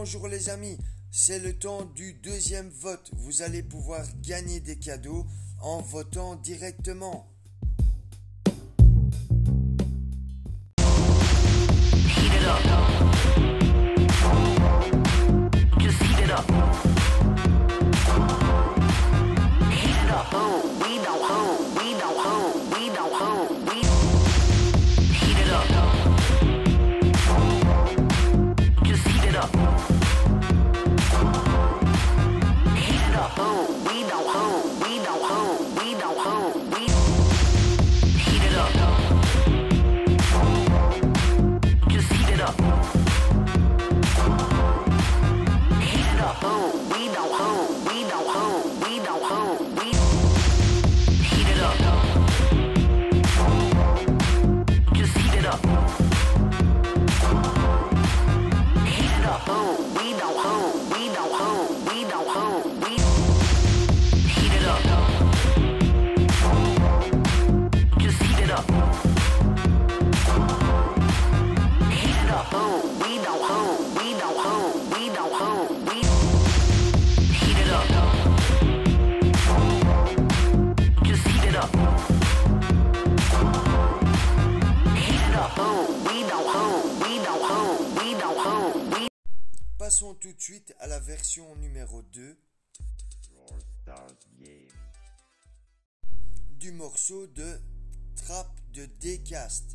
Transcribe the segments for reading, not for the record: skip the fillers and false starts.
bonjour les amis, c'est le temps du deuxième vote. Vous allez pouvoir gagner des cadeaux en votant directement. Heat it up. Just heat it up. Heat it up. Oh, we don't hold. We don't hold. We don't hold. We heat it up. Just heat it up. Heat it up. Oh, we don't hold. We don't hold. We don't hold. We heat it up. Just heat it up. Heat it up. Oh, we don't hold. We don't hold. We don't hold. We heat it up. Just heat it up. Heat it up. Oh, we don't hold. We don't hold. We don't hold. We heat it up. Just heat it up. Heat it up. Oh, we don't hold. We don't hold. We don't hold. We heat it up. Just heat it up. Heat it up. Oh, we don't hold. We don't hold. We don't hold. We Passons tout de suite à la version numéro 2 du morceau de Trap de Decast.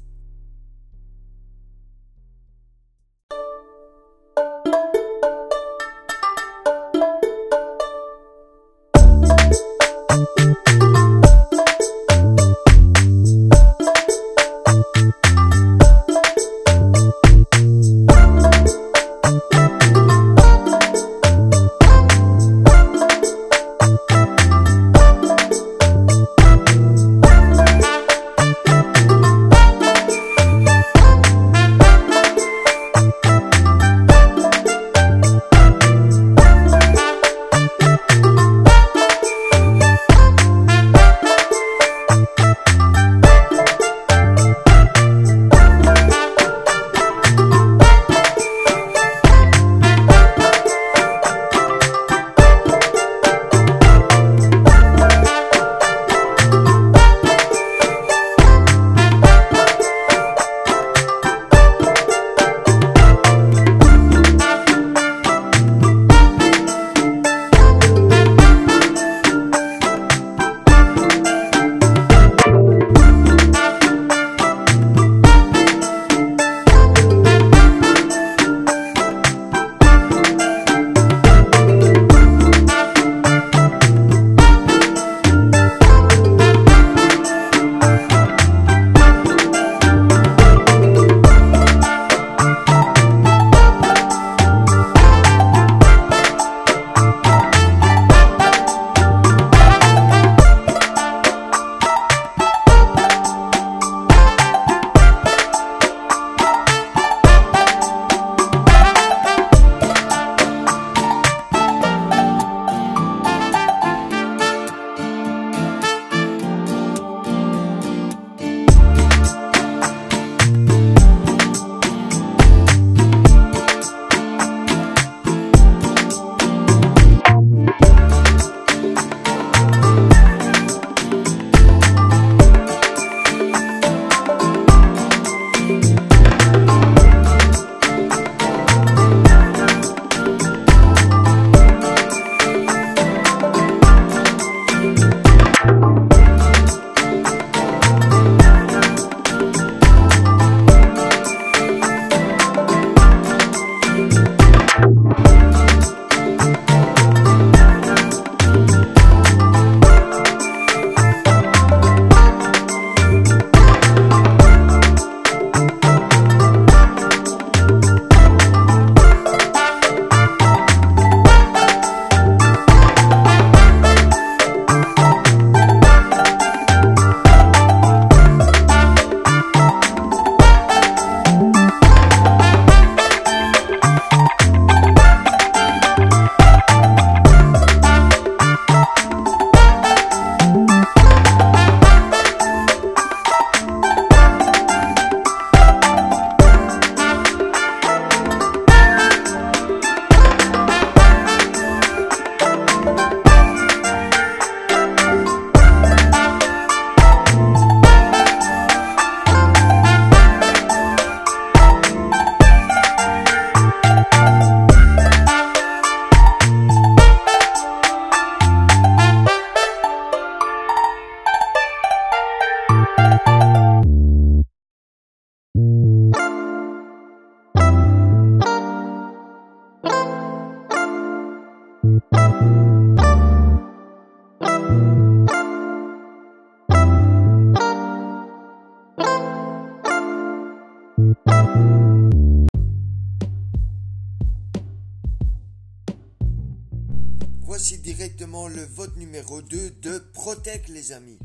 voici directement le vote numéro 2 de Protect, les amis.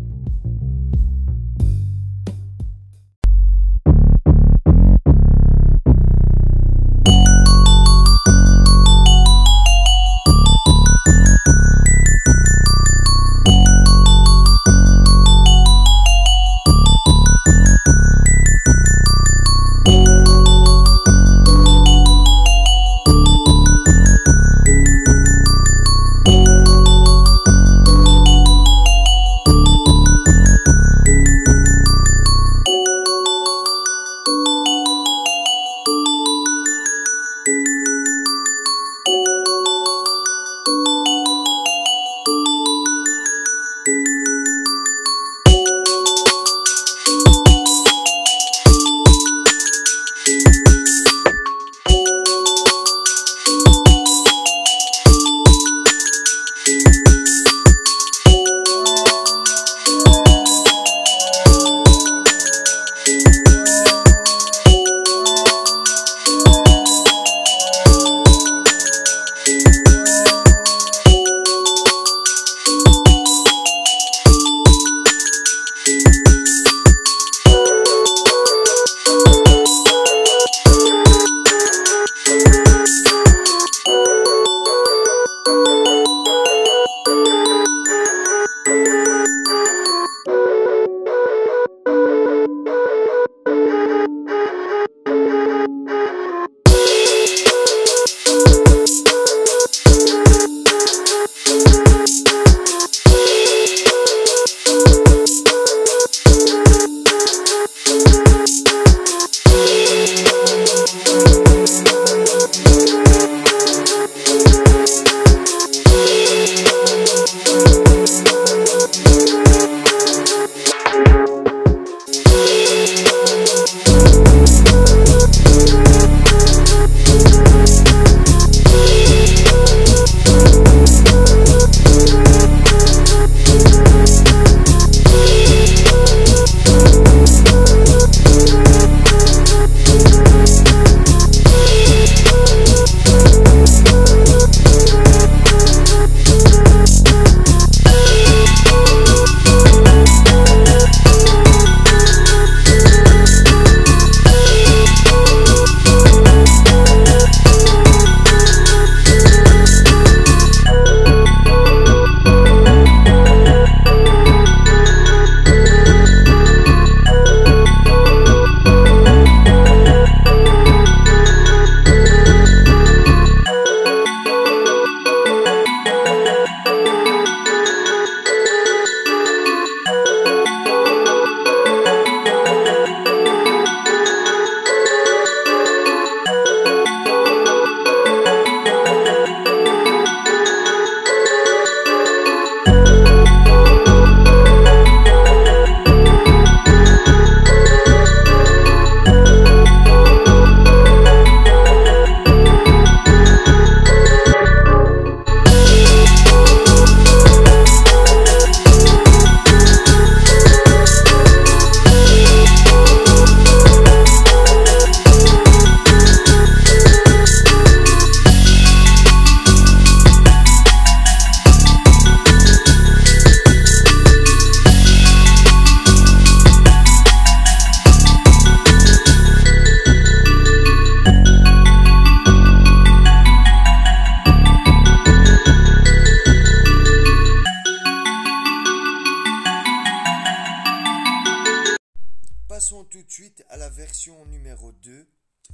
Passons tout de suite à la version numéro 2.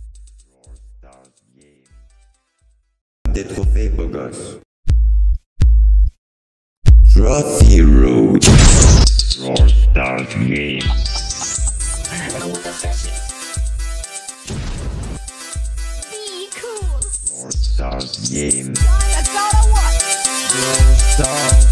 Des trophées beaux gosses. Trophy Road. Brawl Stars Game. Be cool. Brawl Stars Game. I gotta watch. Brawl Stars.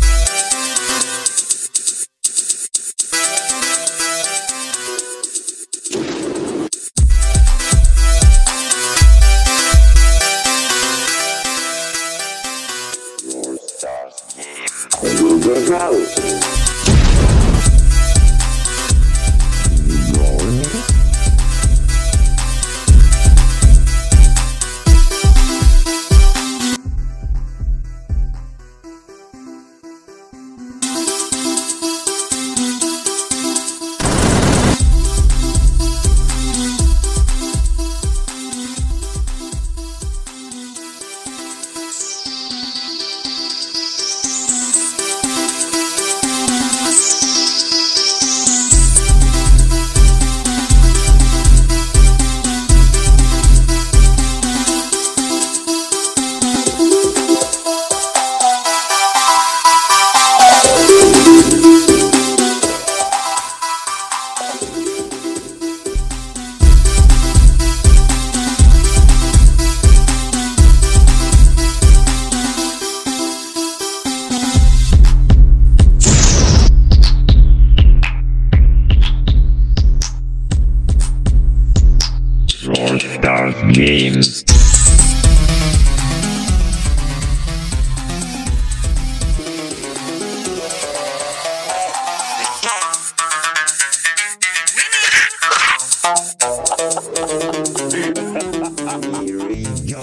Brawl Stars Games. Here we go.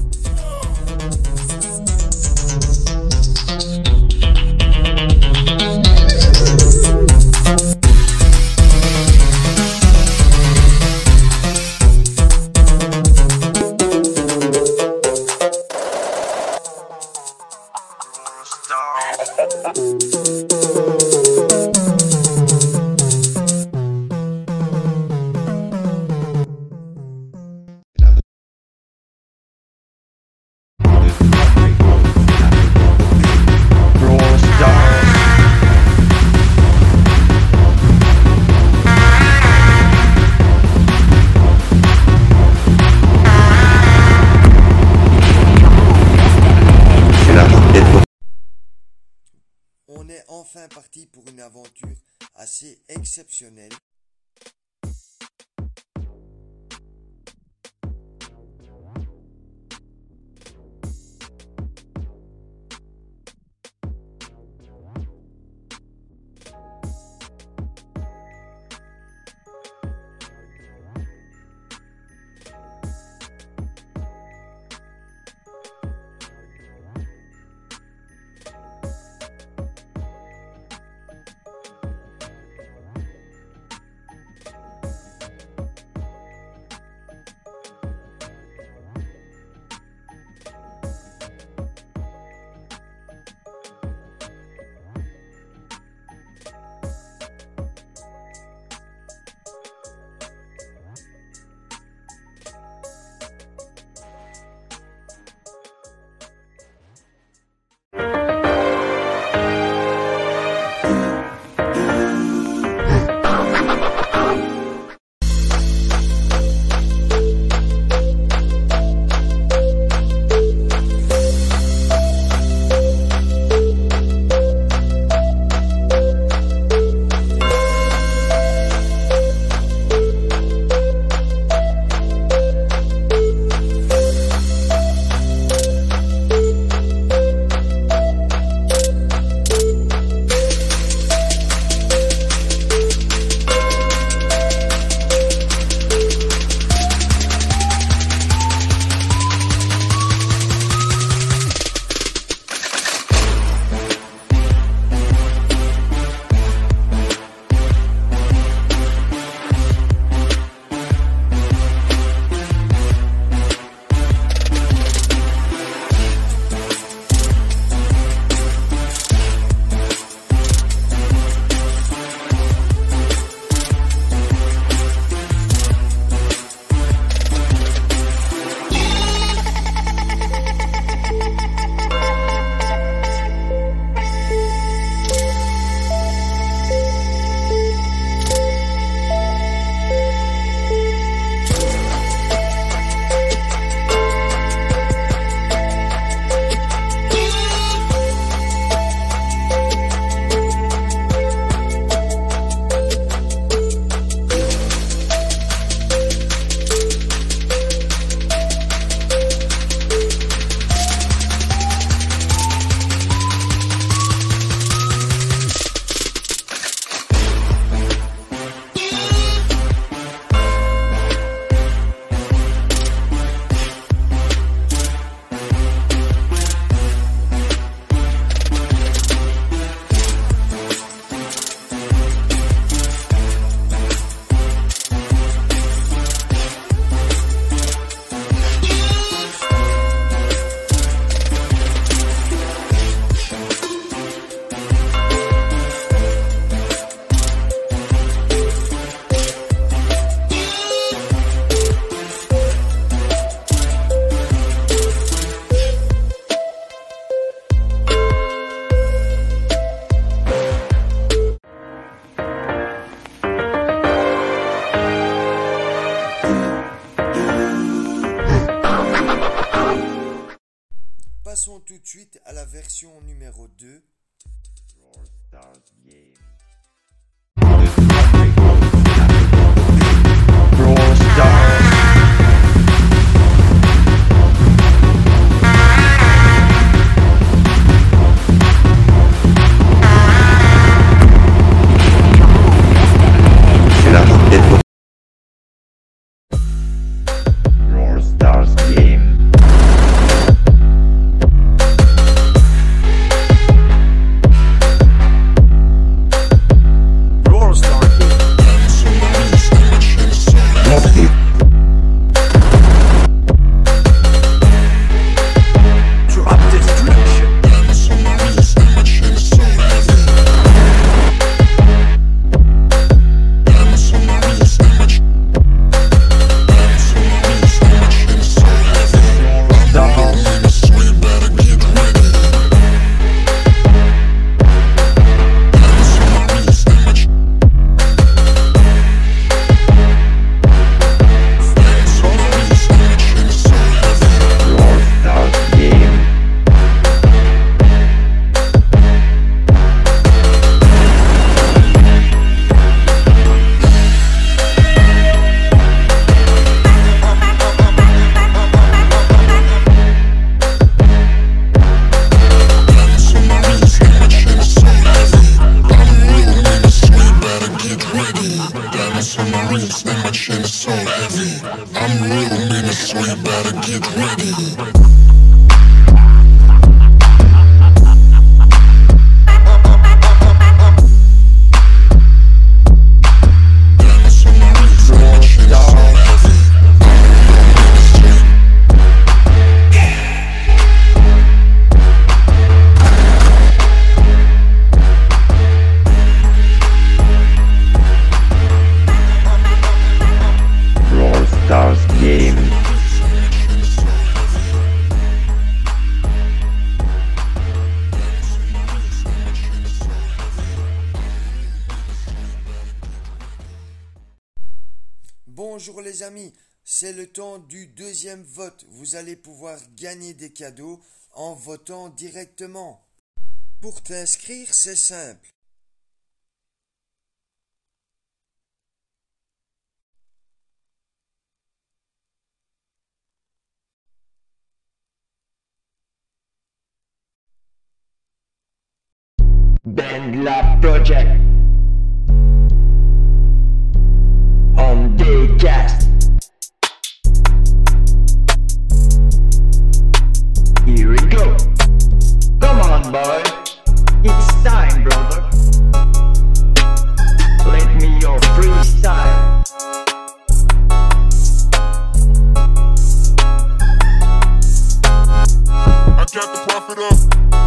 Brawl Stars. C'est la route des trophées. On est enfin parti pour une aventure assez exceptionnelle. Passons tout de suite à la version numéro 2. Brawl Stars Games. Brawl Stars. wrist and my chin is so heavy. I'm real menace, so you better get ready. Stars Game. Bonjour les amis, c'est le temps du deuxième vote. Vous allez pouvoir gagner des cadeaux en votant directement. Pour t'inscrire, c'est simple. BandLab Project on Daycast. Here we go. Come on, boy. It's time, brother. Let me your freestyle. I got the profit up.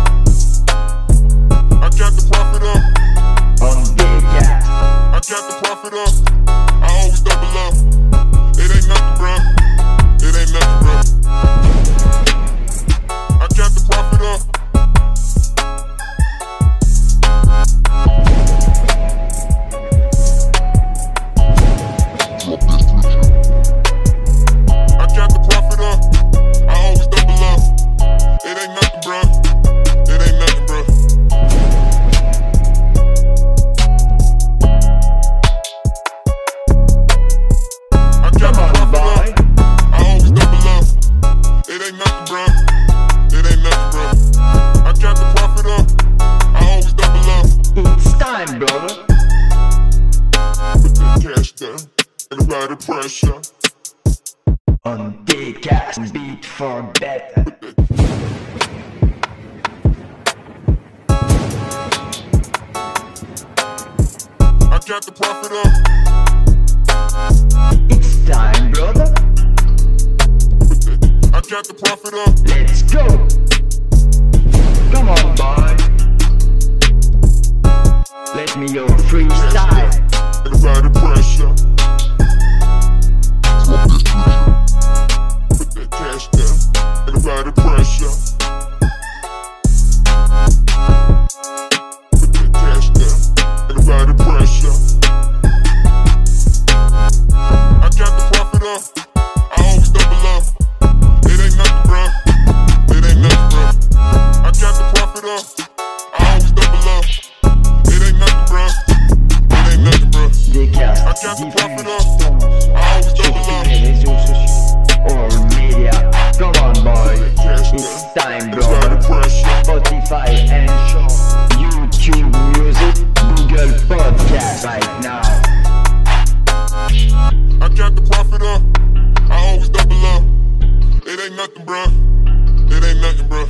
Got the profit up. On Daycast. I got the profit up. I always double up. It ain't nothing, bruh. It ain't nothing, bruh. I got the profit up. I got the profit up. I always double up. It ain't nothing, bruh. It ain't nothing, bruh. Come on, boy. I always double up. It ain't nothing, bruh. It ain't nothing, bruh. I got the profit up. I always double up. It's time, brother. Put that cash down and apply the pressure. On Daycast, beat for better. I got the profit up. It's time, brother. I got the profit up. Let's go. Come on, boy. Let me your freestyle. And apply the pressure. Put that cash down and apply the pressure. Put that cash down and apply the pressure. I got the profit up. I always double up. It ain't nothing, bruh. It ain't nothing, bruh. I got the profit up. I always double up. It ain't nothing, bruh. It ain't nothing, bruh. Daycast, I got the profit up. diffuse I always sur double tous up. les réseaux sociaux. All media. Come on, boy. Cash It's down time, and apply the brother. pressure. Spotify and Show, YouTube Music, Google Podcast right now. I got the profit up. I always double up. It ain't nothing, bruh. It ain't nothing, bruh.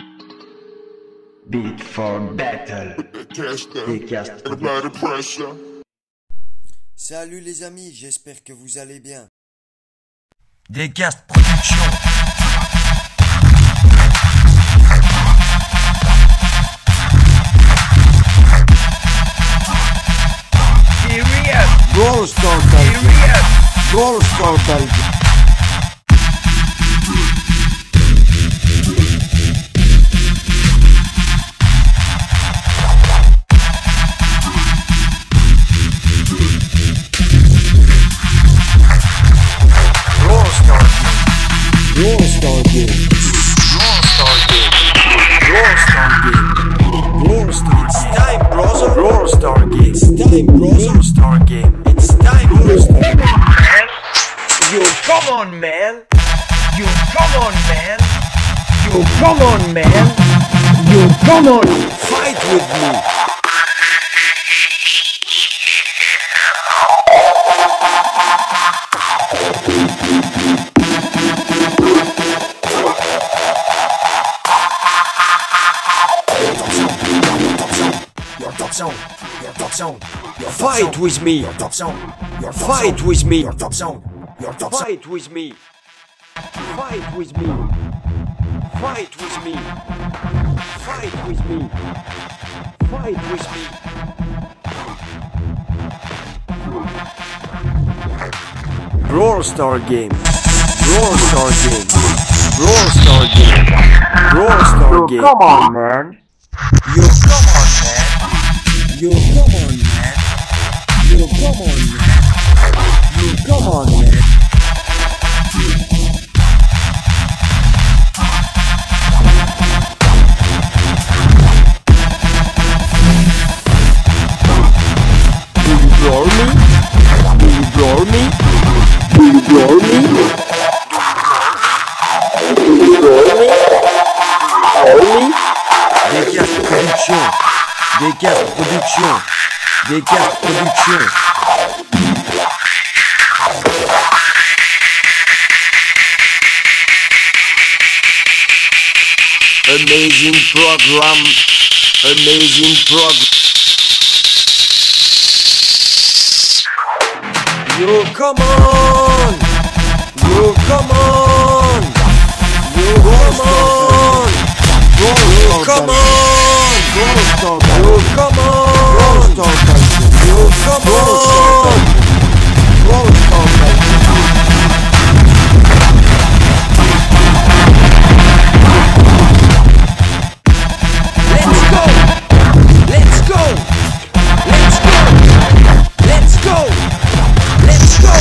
Beat for battle. Put that cash down Daycast. and apply the pressure. Salut les amis, j'espère que vous allez bien. Daycast Production. Serious. Goals total. Serious. Goals total. Goals Star Game. It's time, brother. Brawl Star Game. It's time, brother. Brawl Star Game. It's time, brother. Man. Yo, come on, man. Yo, come on, man. Yo, come on, man. Yo, come on. Fight with me. Fight with me. Fight with me. Fight with me. Fight with me. Fight with me. Fight with me. Fight with me. Brawl Star game. Brawl Star game. Brawl Star game. Brawl Star game. Come on, man. Yo, come on, man. Yo, come on, man. Yo, come on, man. Yo, come on, man. Do you blow me? Do you blow me? Do you blow me? Do you blow me? Blow me? Des cartes production. Des cartes production. Des cartes production. Amazing program. Amazing program. Yo, come on! Yo, come on! Yo, come on! Yo, come on! Yo, come on! Yo, come on! Let's go! Let's go! Let's go! Let's go! Let's go!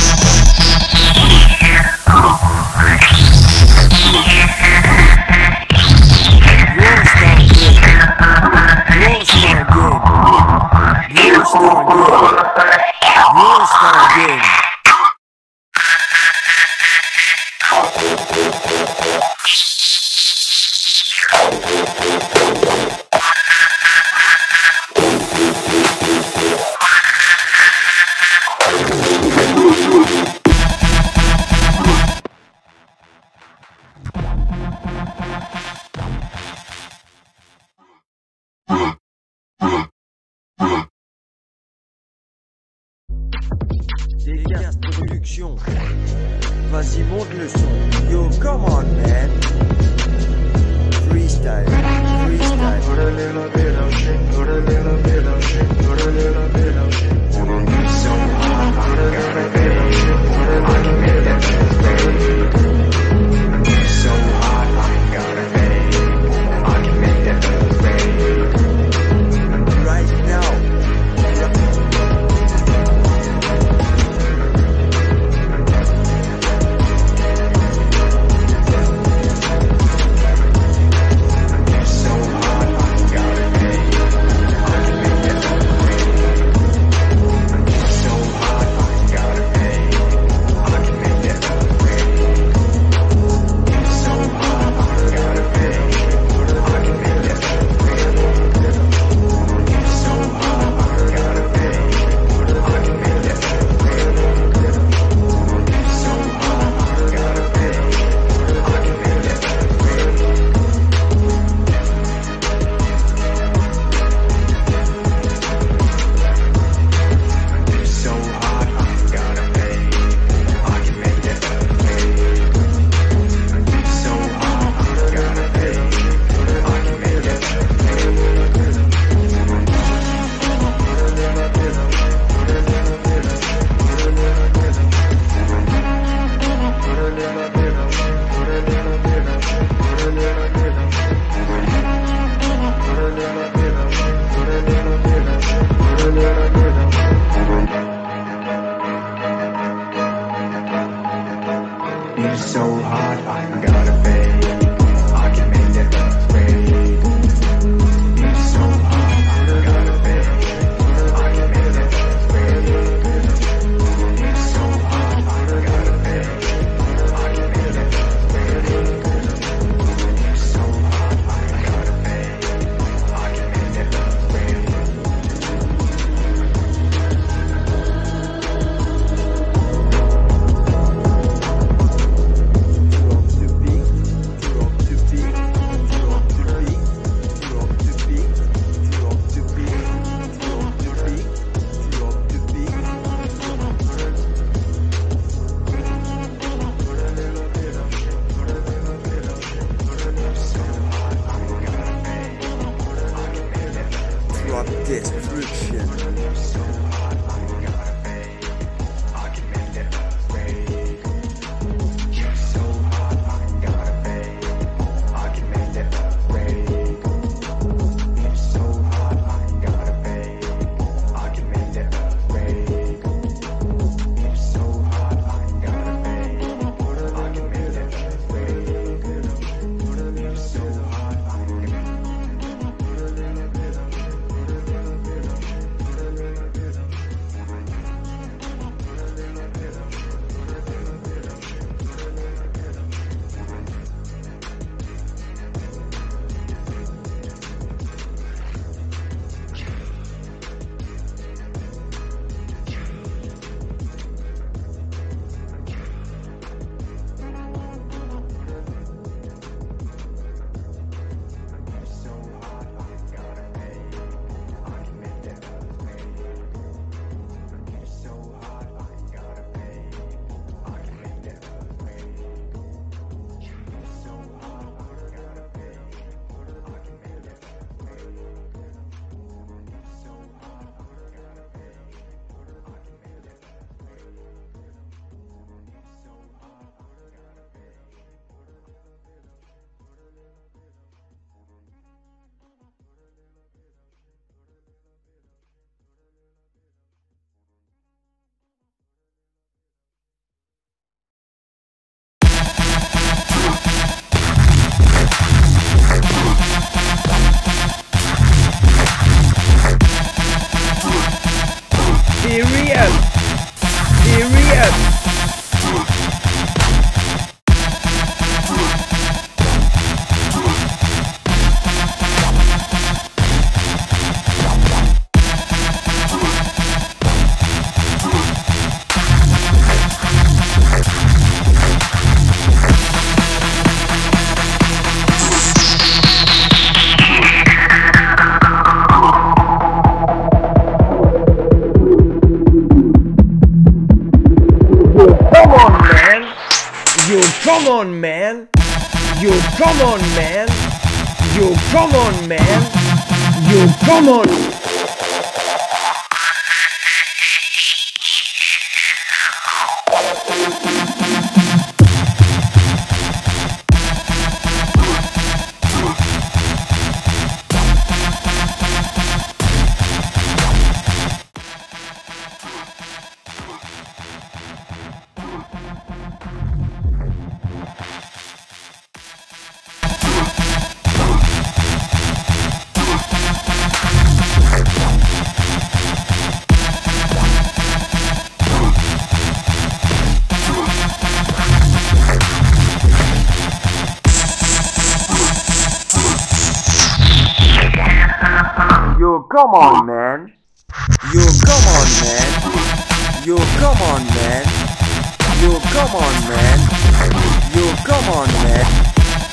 Dégage production. Vas-y, monte le son. Yo, come on, man. Freestyle. Freestyle. Put a little bit of shit. Put a little bit of shit. Put a little bit of shit. Put a little bit of shit. Put a little bit of shit. Put a little bit of shit. So hot, I gotta pay. I can make that pay. Right now. It's so hot, I gotta pay. I can make that pay. It's so hot, I gotta pay. I can make that pay. It's so hot, I gotta pay. I can make that pay. It's so hot, I gotta pay. I can make that pay. come on, man. Yo, come on, man. Yo, come on, man. Yo, come on. Yo, come on, man. Yo, come on, man. Yo, come on, man. Yo, come on, man. Yo, come on, man.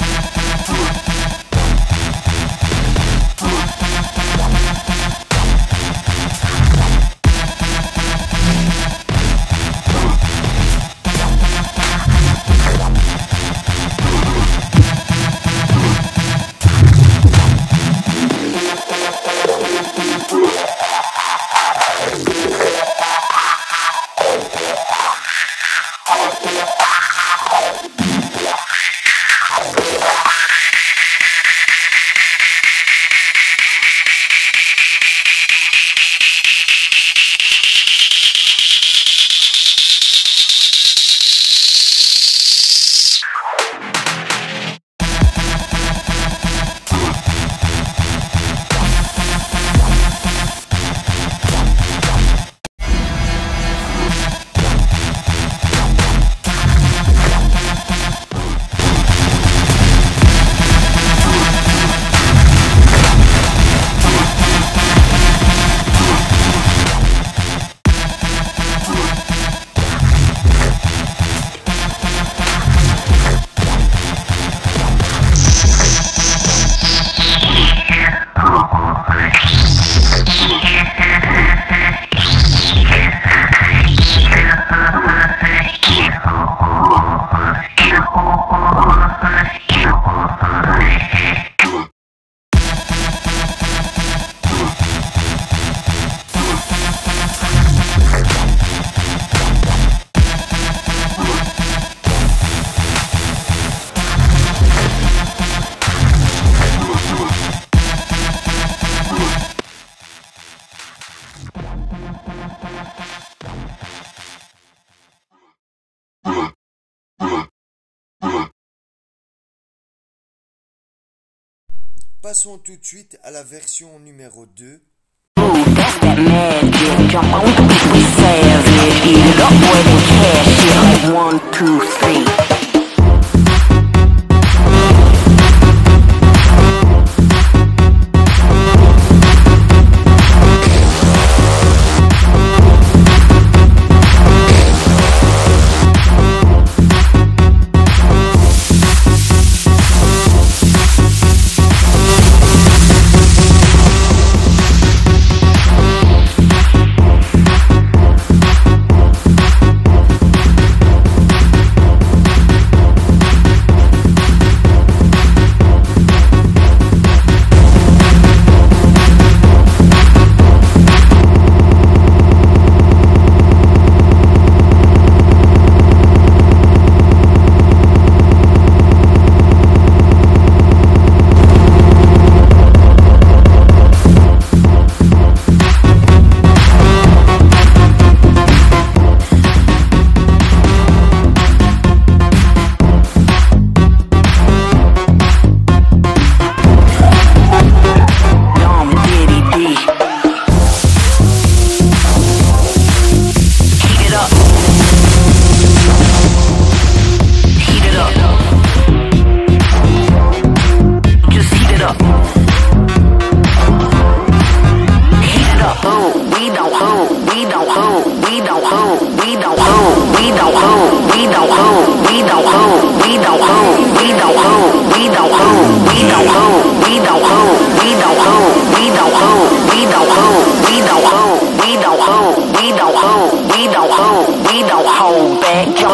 Passons tout de suite à la version numéro 2. Ooh, that's that magic. Jump on the beat, we savage. Eat it up, boy, then cash it like 1, 2, 3.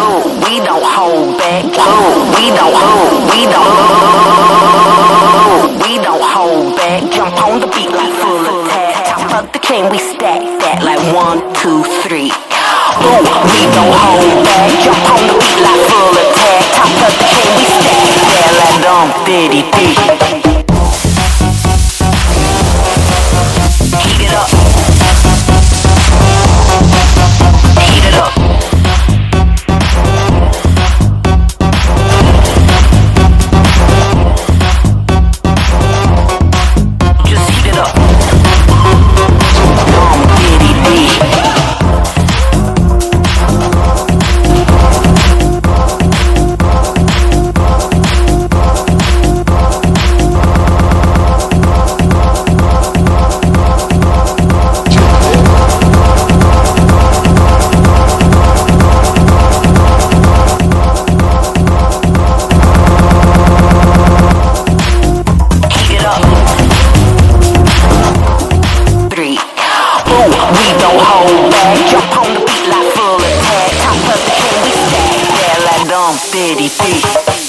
hold, we don't hold back. We don't hold, we don't hold, we don't hold back. Jump on the beat like full attack. Top of the chain, we stack that like 1, 2, 3. Ooh, we don't hold back. Jump on the beat like full attack. Top of the chain, we stack that like diddy dee. Heat it up. Heat it up. Just heat it up. Diddy dee. Diddy dee.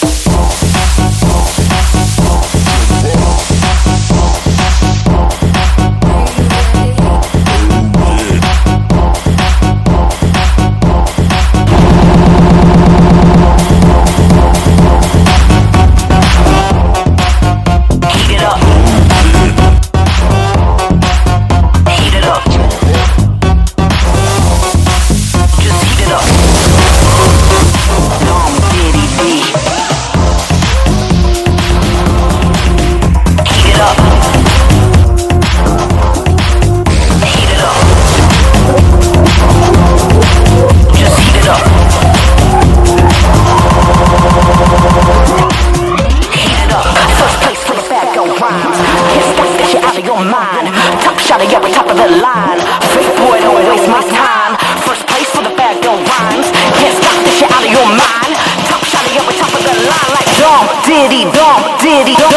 Diddy dump, diddy dump,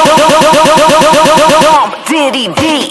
diddy dee.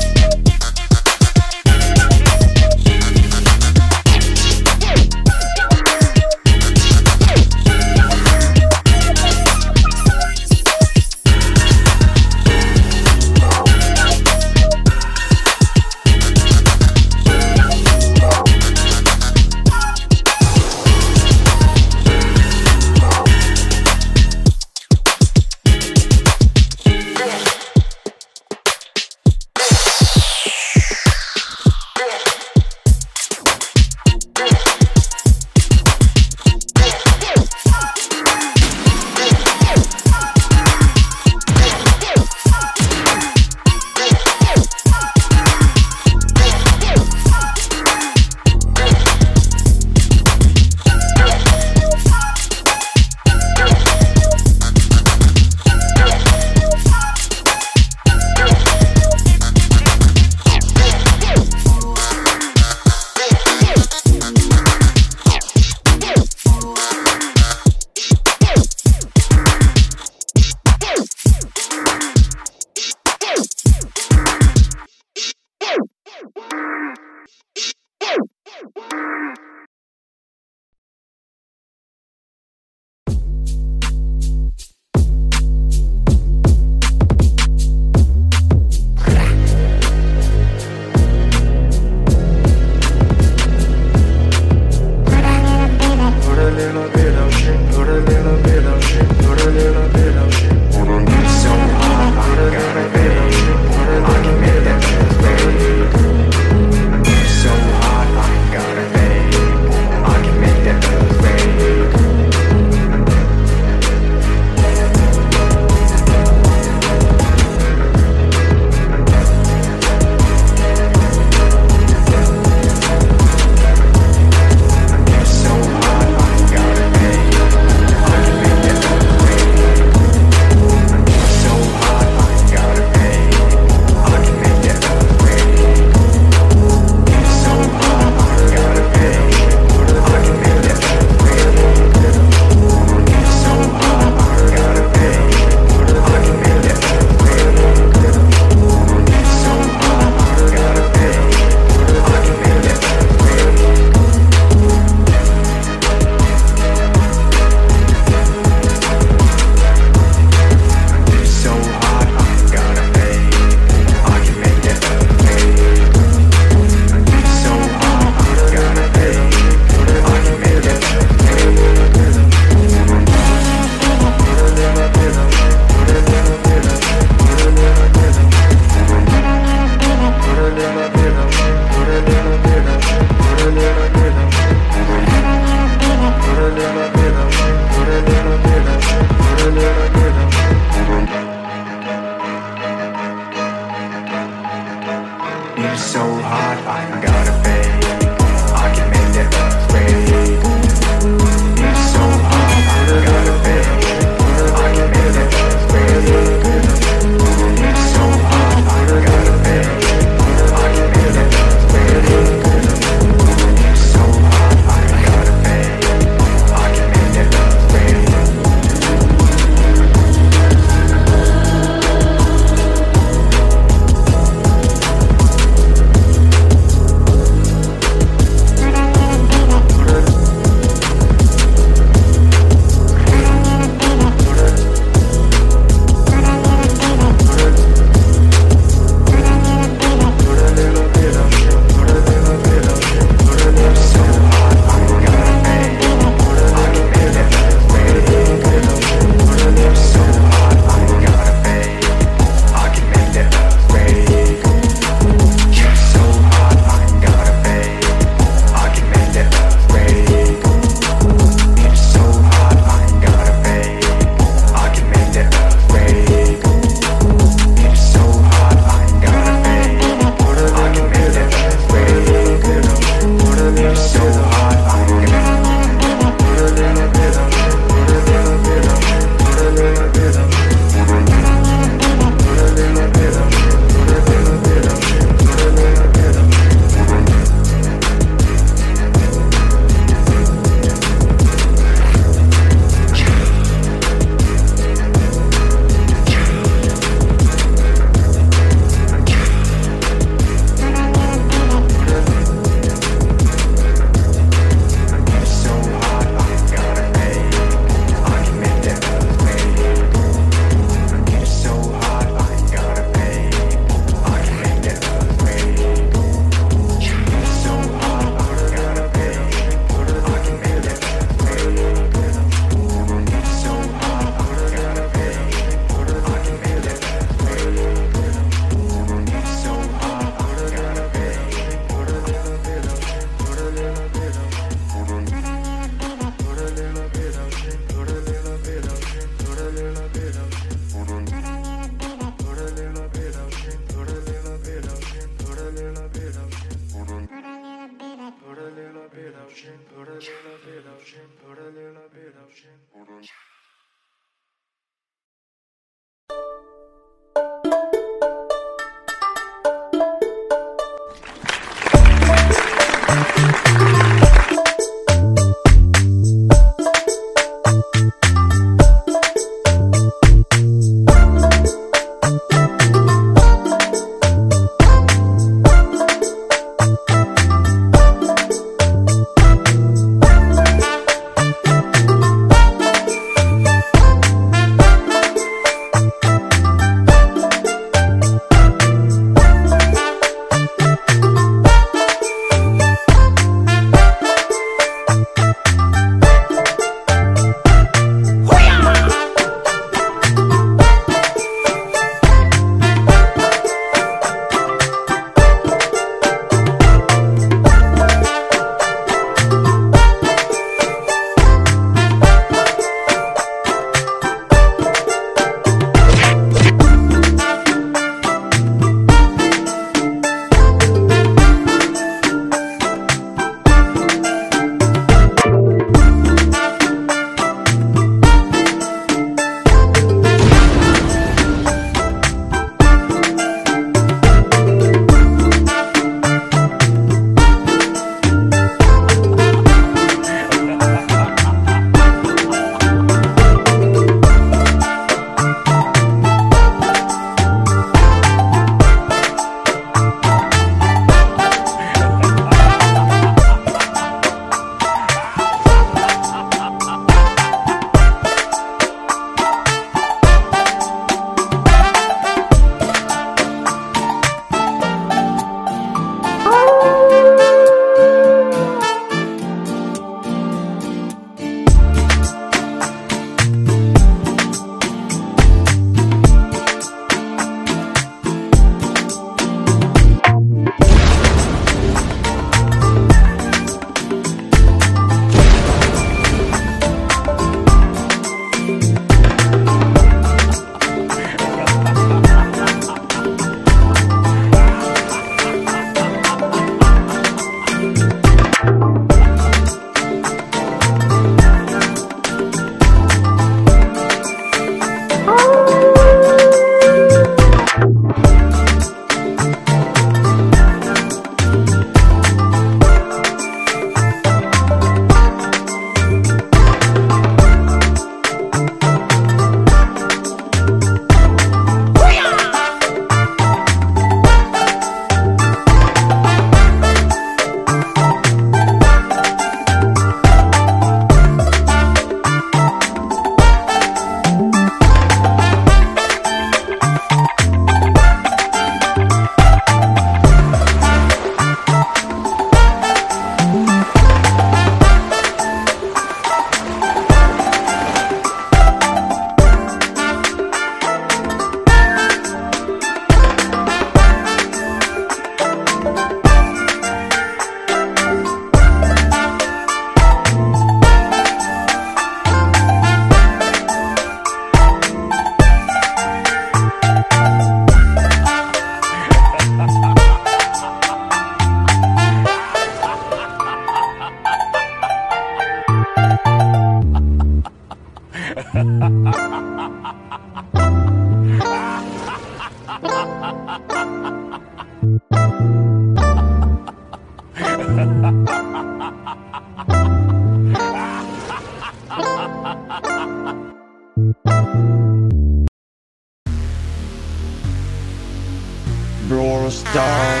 Brawl Stars.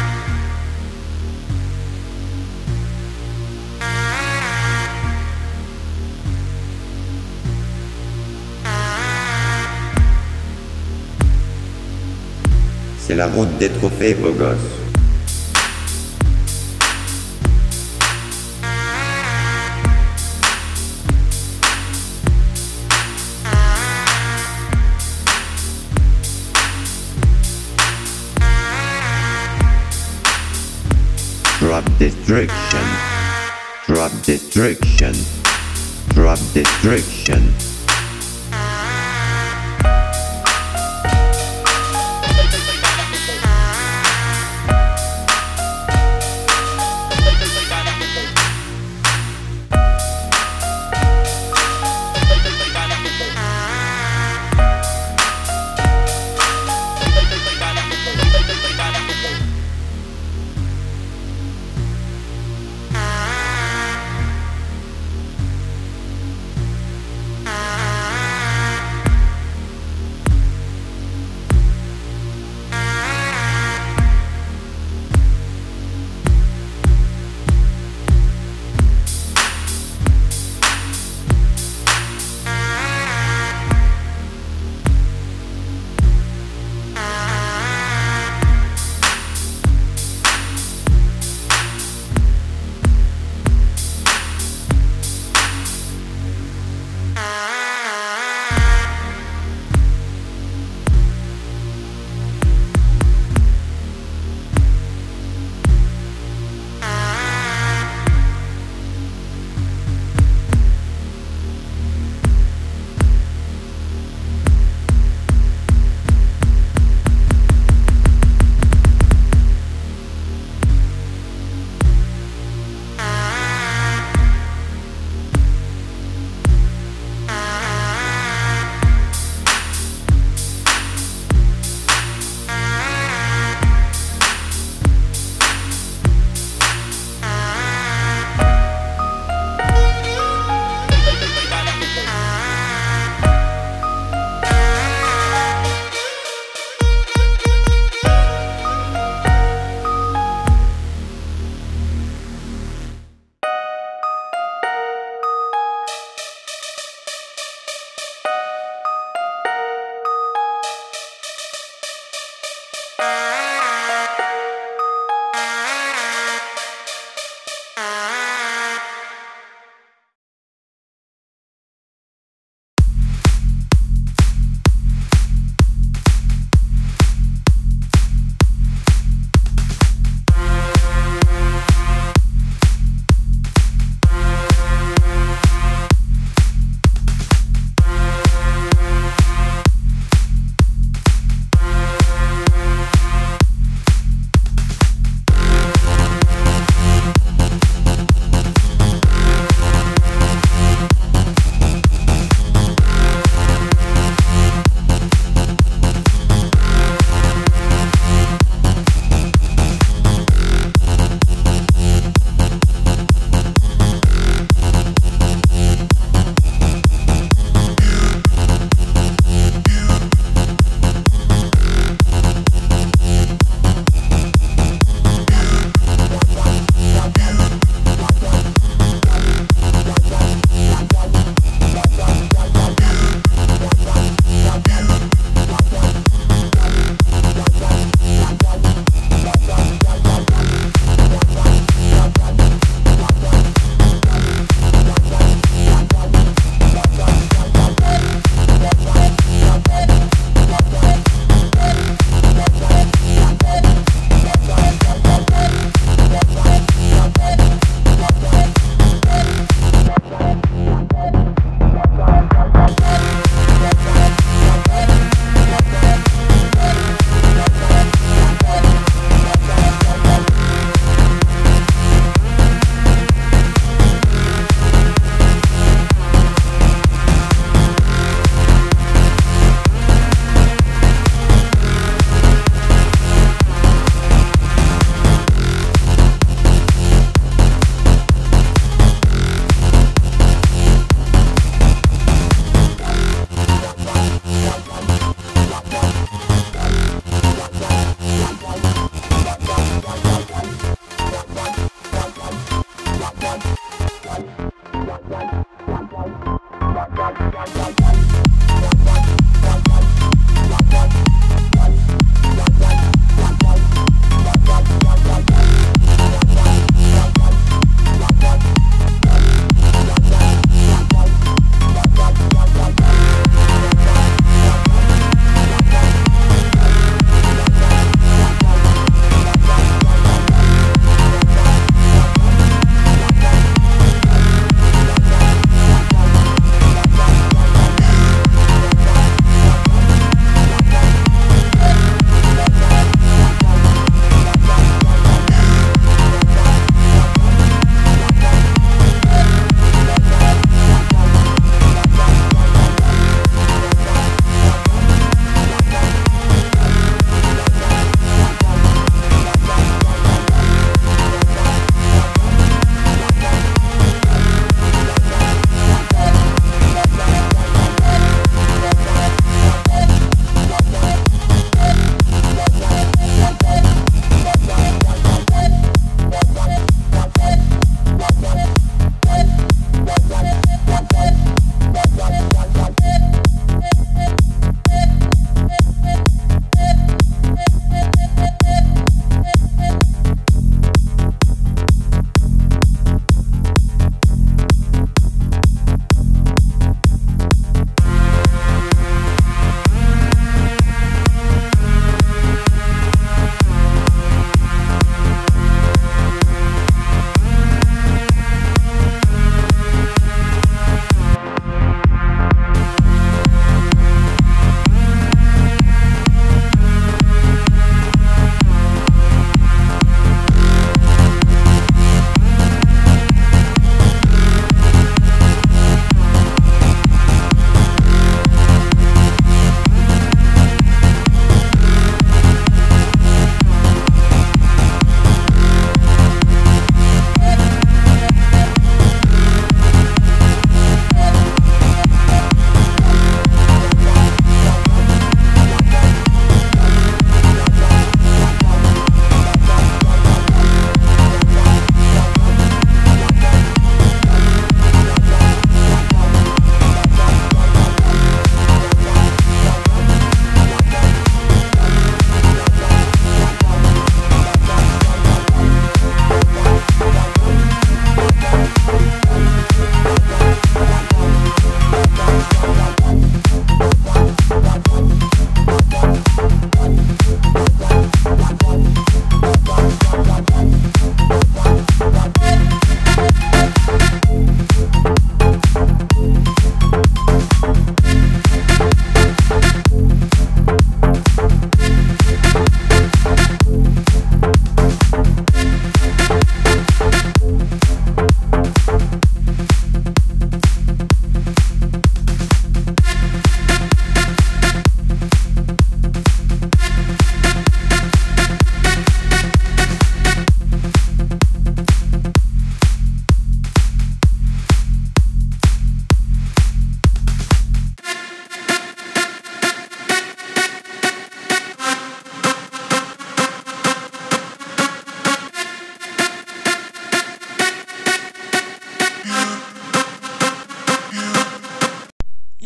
C'est la route des trophées, beau gosse. Drop destruction. Drop destruction. Drop destruction.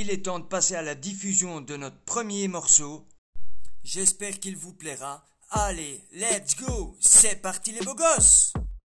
il est temps de passer à la diffusion de notre premier morceau. J'espère qu'il vous plaira. Allez, let's go! C'est parti les beaux gosses!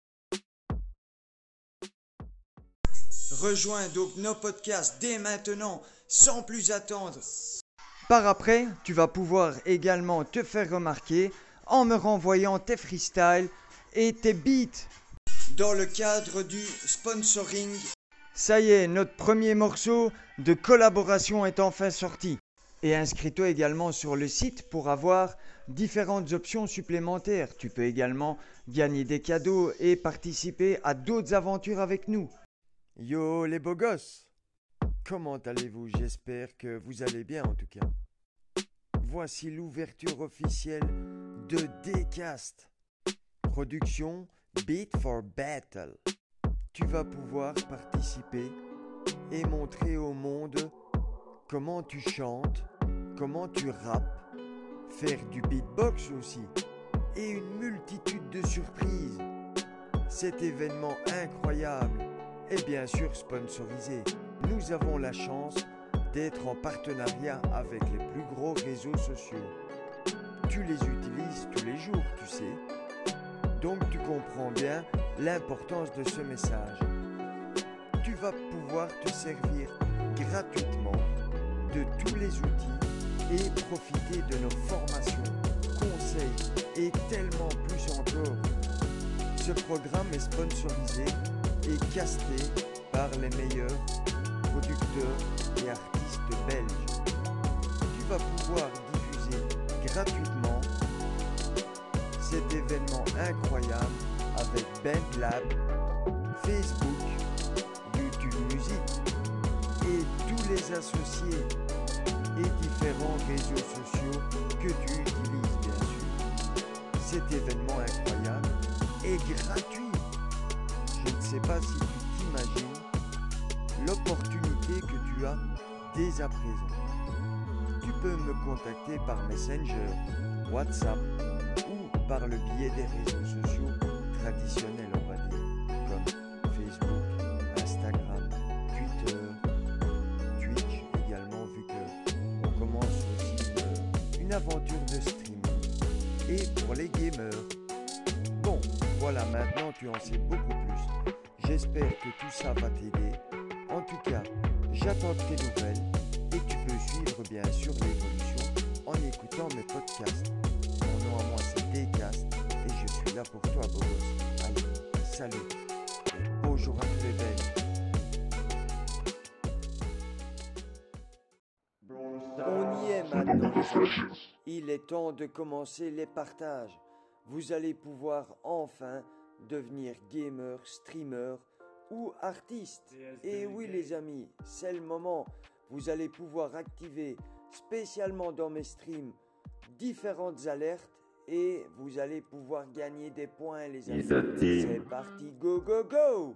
Rejoins donc nos podcasts dès maintenant, sans plus attendre. Par après, tu vas pouvoir également te faire remarquer en me renvoyant tes freestyles et tes beats. Dans le cadre du sponsoring. Ça y est, notre premier morceau de collaboration est enfin sorti. Et inscris-toi également sur le site pour avoir différentes options supplémentaires. Tu peux également gagner des cadeaux et participer à d'autres aventures avec nous. Yo les beaux gosses, comment allez-vous? J'espère que vous allez bien en tout cas. Voici l'ouverture officielle de Dcast. Production Beat for Battle. Tu vas pouvoir participer et montrer au monde comment tu chantes, comment tu rappes, faire du beatbox aussi et une multitude de surprises. Cet événement incroyable est bien sûr sponsorisé. Nous avons la chance d'être en partenariat avec les plus gros réseaux sociaux. Tu les utilises tous les jours, tu sais. Donc tu comprends bien l'importance de ce message. Tu vas pouvoir te servir gratuitement de tous les outils et profiter de nos formations, conseils et tellement plus encore. Ce programme est sponsorisé et casté par les meilleurs producteurs et artistes belges. Tu vas pouvoir diffuser gratuitement cet événement incroyable avec BandLab, Facebook, YouTube Music et tous les associés et différents réseaux sociaux que tu utilises bien sûr. Cet événement incroyable est gratuit. Je ne sais pas si tu t'imagines l'opportunité que tu as dès à présent. Tu peux me contacter par Messenger, WhatsApp ou par le biais des réseaux sociaux traditionnels, on va dire, comme Facebook, Instagram, Twitter, Twitch également, vu qu'on commence aussi une aventure de streaming. Et pour les gamers, bon, voilà, maintenant tu en sais beaucoup plus. J'espère que tout ça va t'aider. En tout cas, j'attends tes nouvelles et tu peux suivre bien sûr l'évolution en écoutant mes podcasts. Mon nom à moi c'est Dcast et je suis là pour toi beau gosse. Allez, salut et bonjour à tous les belles. On y est maintenant les amis. Il est temps de commencer les partages. Vous allez pouvoir enfin devenir gamer, streamer ou artiste. Et oui les amis, c'est le moment. Vous allez pouvoir activer spécialement dans mes streams différentes alertes et vous allez pouvoir gagner des points les amis. C'est parti, go go go!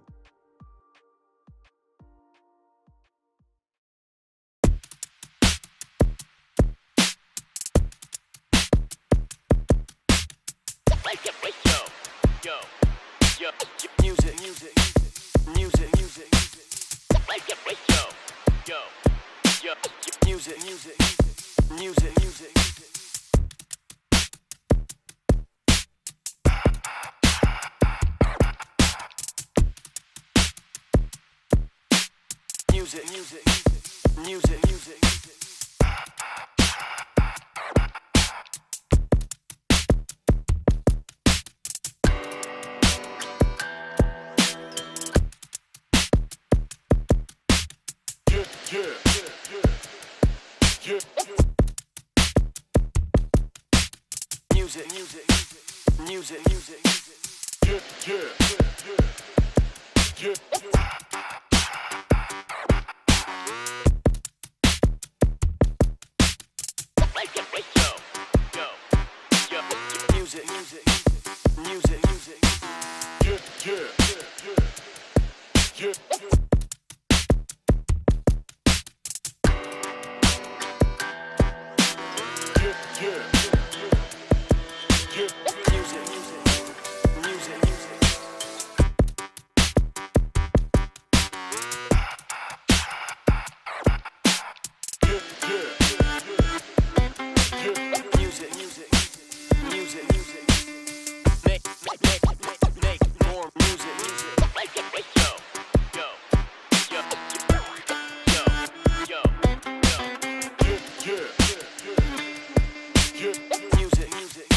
Music,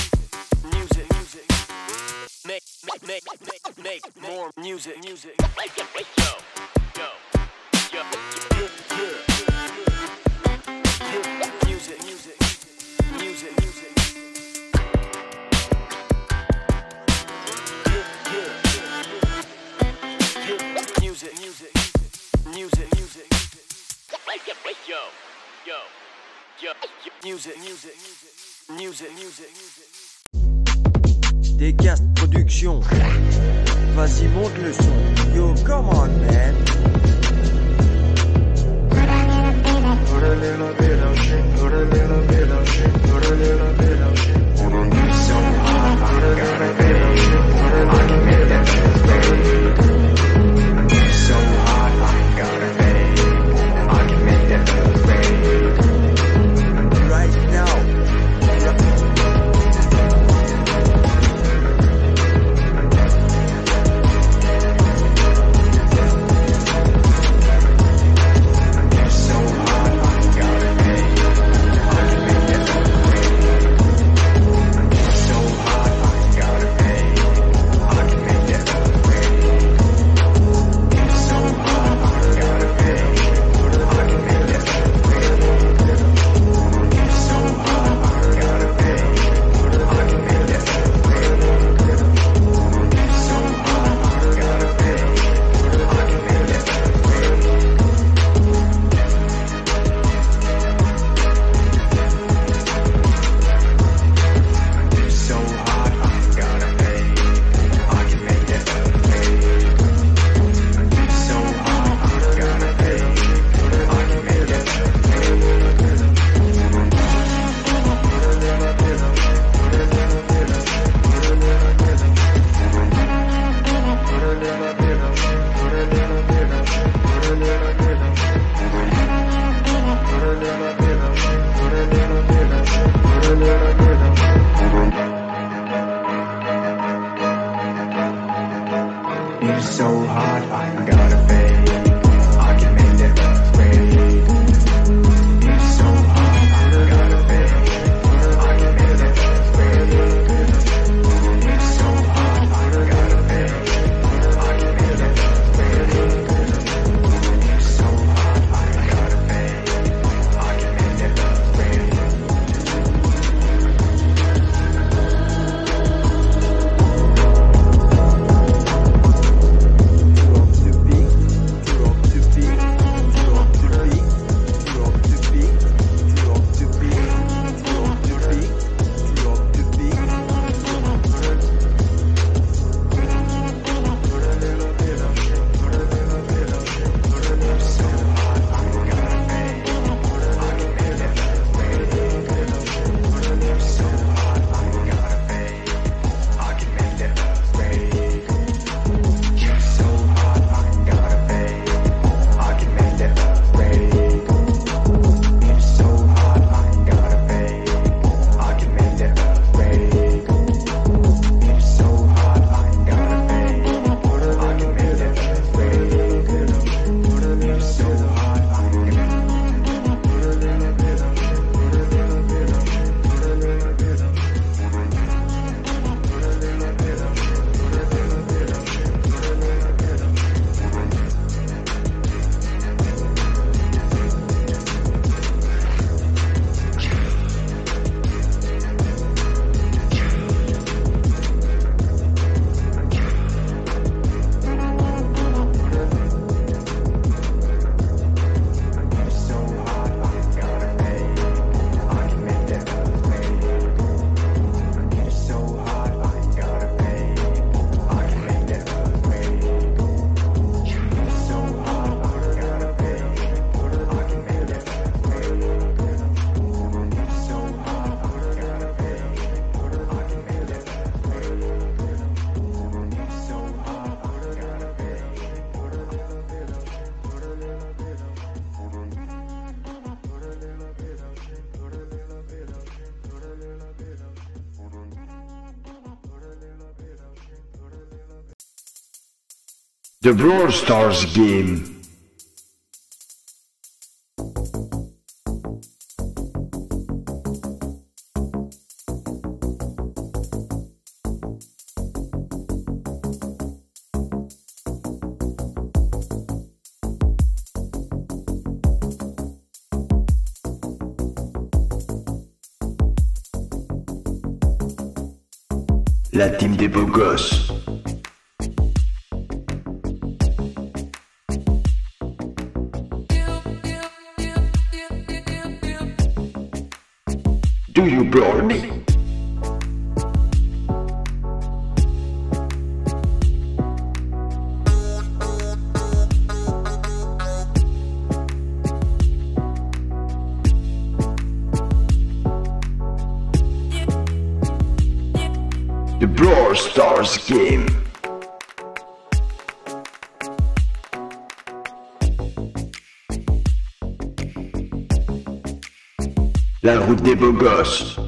make more music. Yo. Music. Des Cast Productions. Vas-y, monte le son. Yo, come on, man. Put a little bit of shit, put a little bit of shit, put a little bit of shit. Put a little so hot, put a little bit of shit, put a little bit of shit, baby. So hot, I gotta pay. I can make that love rain. Right now. You're so hot, I gotta pay. I can make that love rain. You're so hot, I gotta pay. I can make that love rain. You're so hot, I gotta pay. I can make that love rain. You're so hot, I gotta pay. I can make that love rain. The Brawl Stars game. La team des beaux gosses. Do you brawl me? The Brawl Stars game. La route des beaux gosses.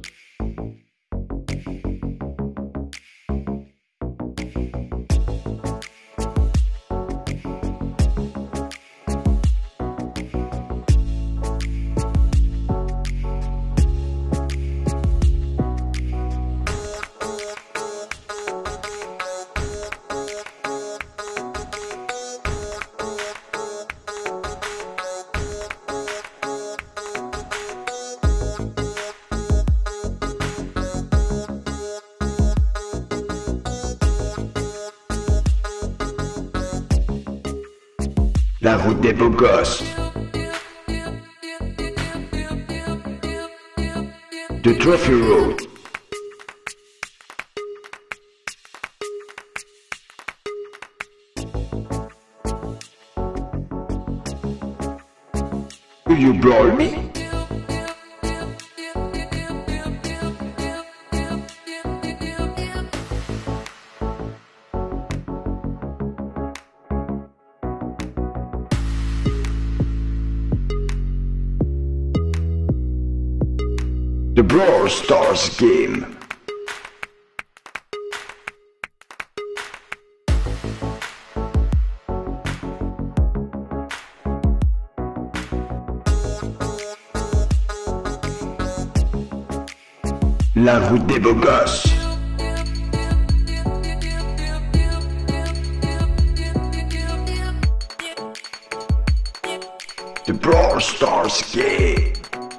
La route des beaux gosses. The Trophy Road. Do you brawl me? The Brawl Stars game. La route des beaux gosses. The Brawl Stars game.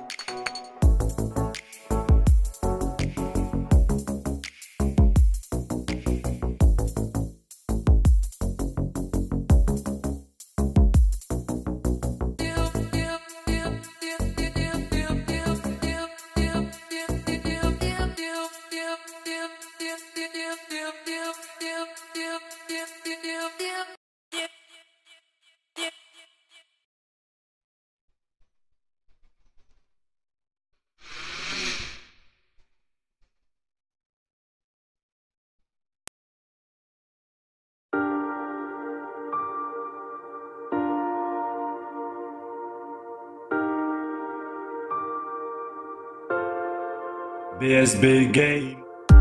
BSB game.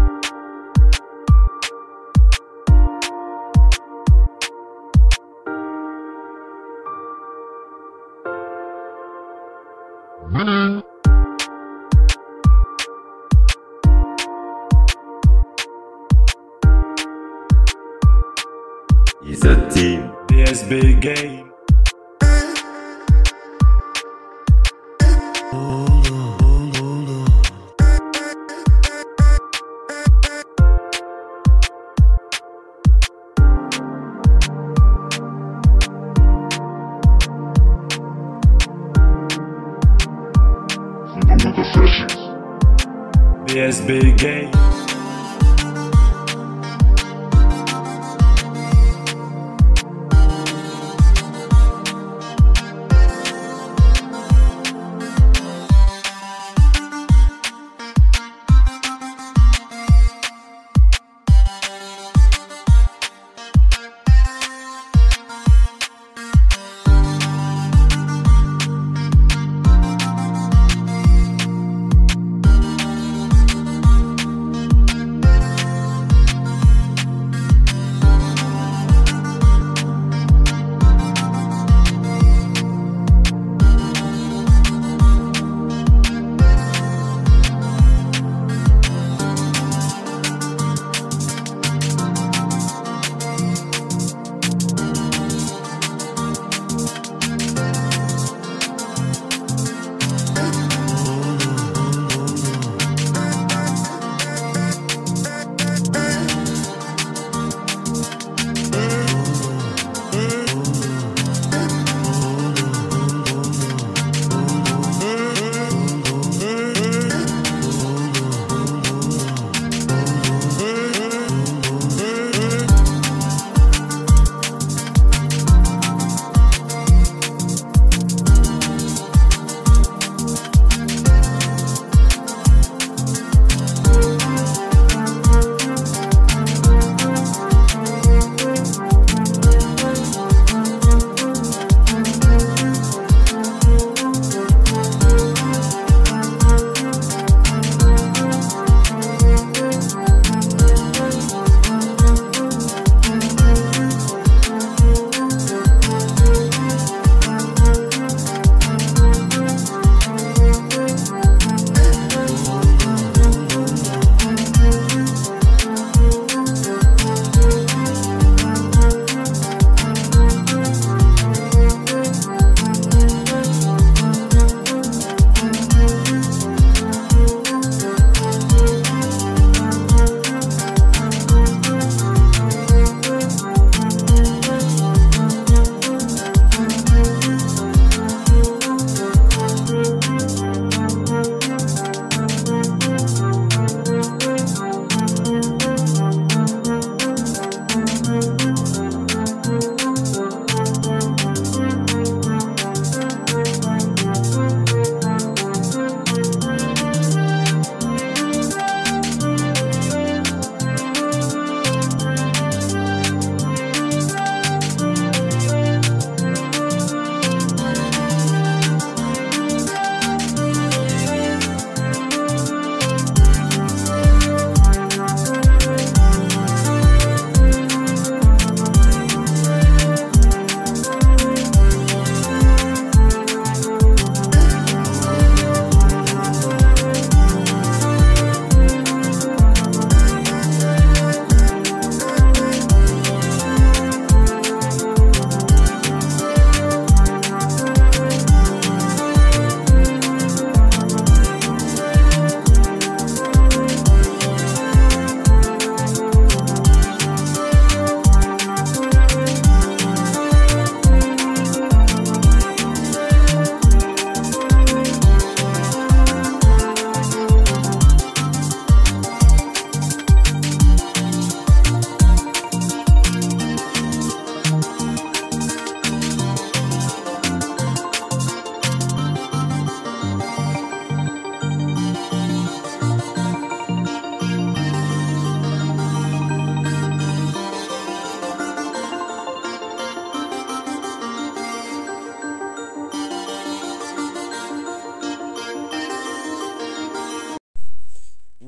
It's a team. BSB game. BSB game.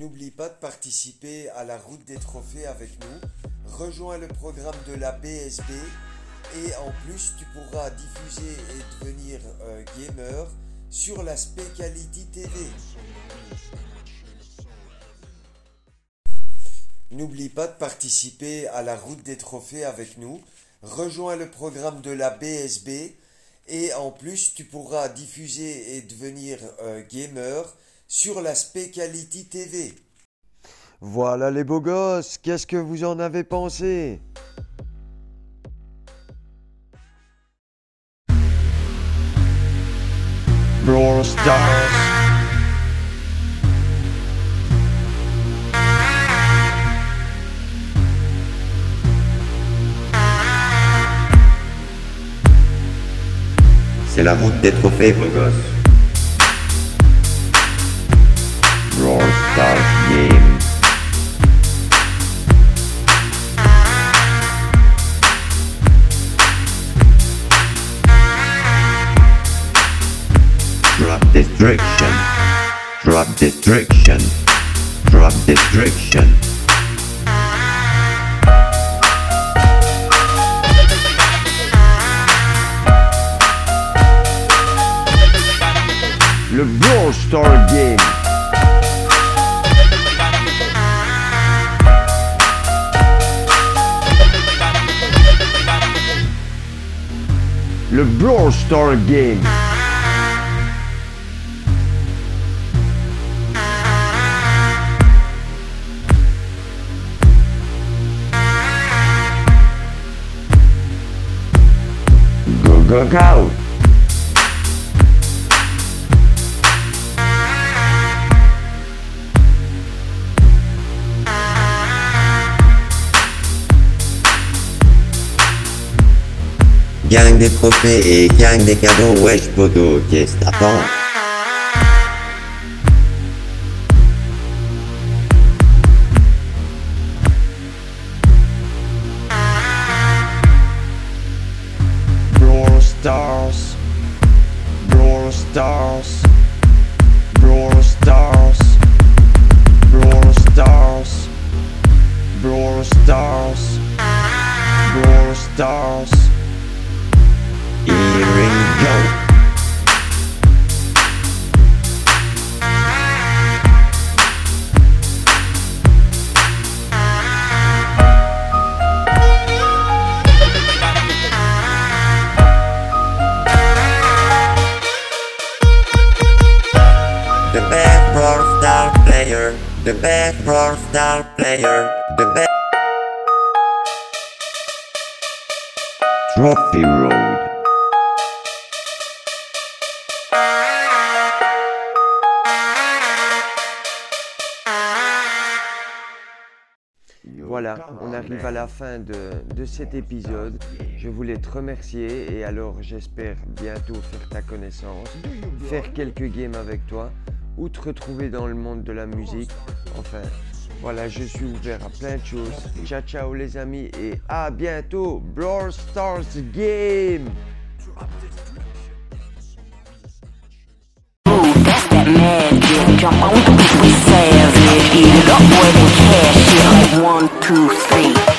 N'oublie pas de participer à la route des trophées avec nous. Rejoins le programme de la BSB et en plus tu pourras diffuser et devenir gamer sur la Specality TV. N'oublie pas de participer à la route des trophées avec nous. Rejoins le programme de la BSB et en plus tu pourras diffuser et devenir gamer sur la Specality TV. Voilà les beaux gosses, qu'est-ce que vous en avez pensé? Brawl Stars. C'est la route des trophées, beau gosse. Brawl Stars Game. Drop destruction. Drop destruction. Drop destruction. Le Brawl Stars Game. Le Brawl Stars Game. Go, go, go. Gang des trophées et gang des cadeaux, wesh poteau, qu'est-ce que t'attends? Brawl Stars. Brawl Stars. Brawl Stars. Brawl Stars. Brawl Stars. Brawl Stars. Here we go. The best Brawl Stars player, the best Brawl Stars player, the best. Trophy Road. Voilà, on arrive à la fin de cet épisode. Je voulais te remercier et alors j'espère bientôt faire ta connaissance, faire quelques games avec toi ou te retrouver dans le monde de la musique. Enfin, voilà, je suis ouvert à plein de choses. Ciao, ciao les amis et à bientôt. Brawl Stars Game. That magic, jump on the beat, we savage. Eat it up, boy, then cash it like 1, 2, 3.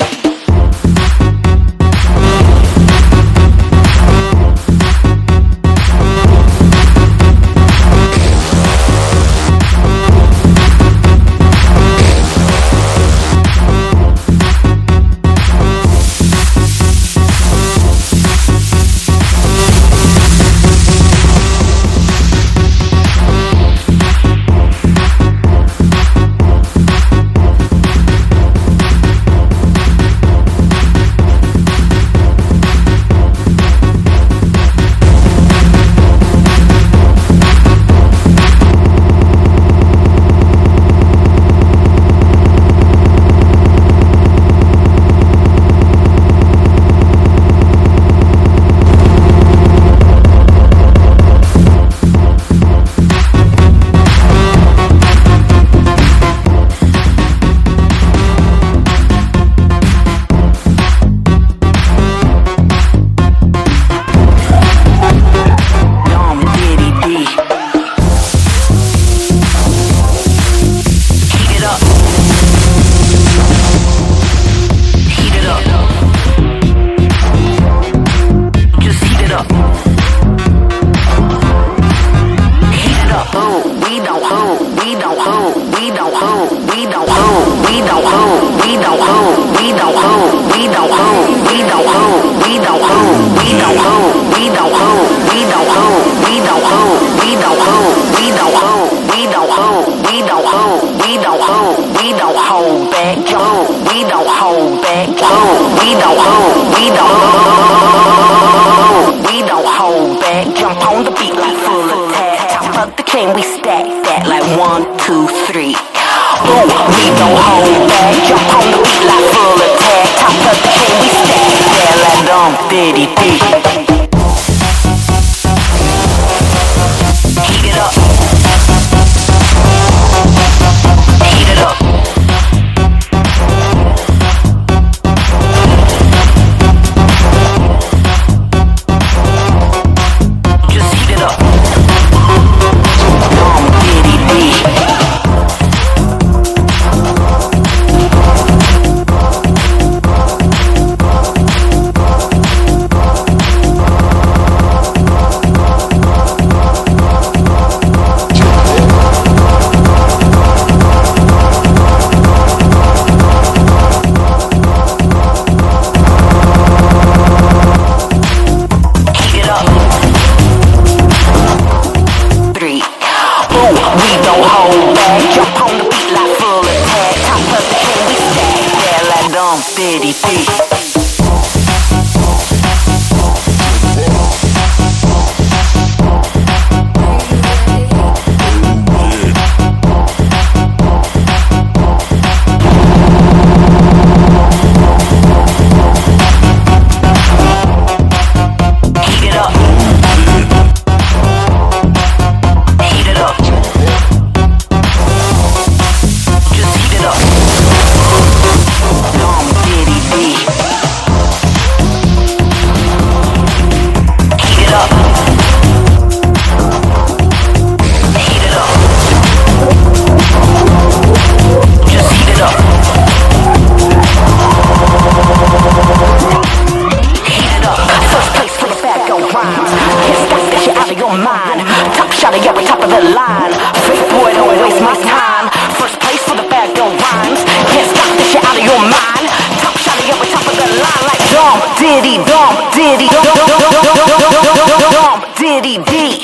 don't hold, we don't hold, we don't hold, we don't hold, we don't hold, we don't hold, we don't hold, we don't hold, we don't hold, we don't hold, we don't hold, we don't hold, we don't hold, we don't hold, we don't hold, we don't hold, we don't hold, we don't hold back, hold, we don't hold back, hold, we don't hold, we don't hold, we don't hold back, jump on the beat like full attack, top of the chain we stack that like 1, 2, 3. Ooh, we don't hold back, jump on the beat like full attack, top of the chain we stack that like diddy dee. Heat it up. Heat it up. Just heat it up. Diddy dee. Diddy dee. Diddy dump, diddy dump, diddy dee.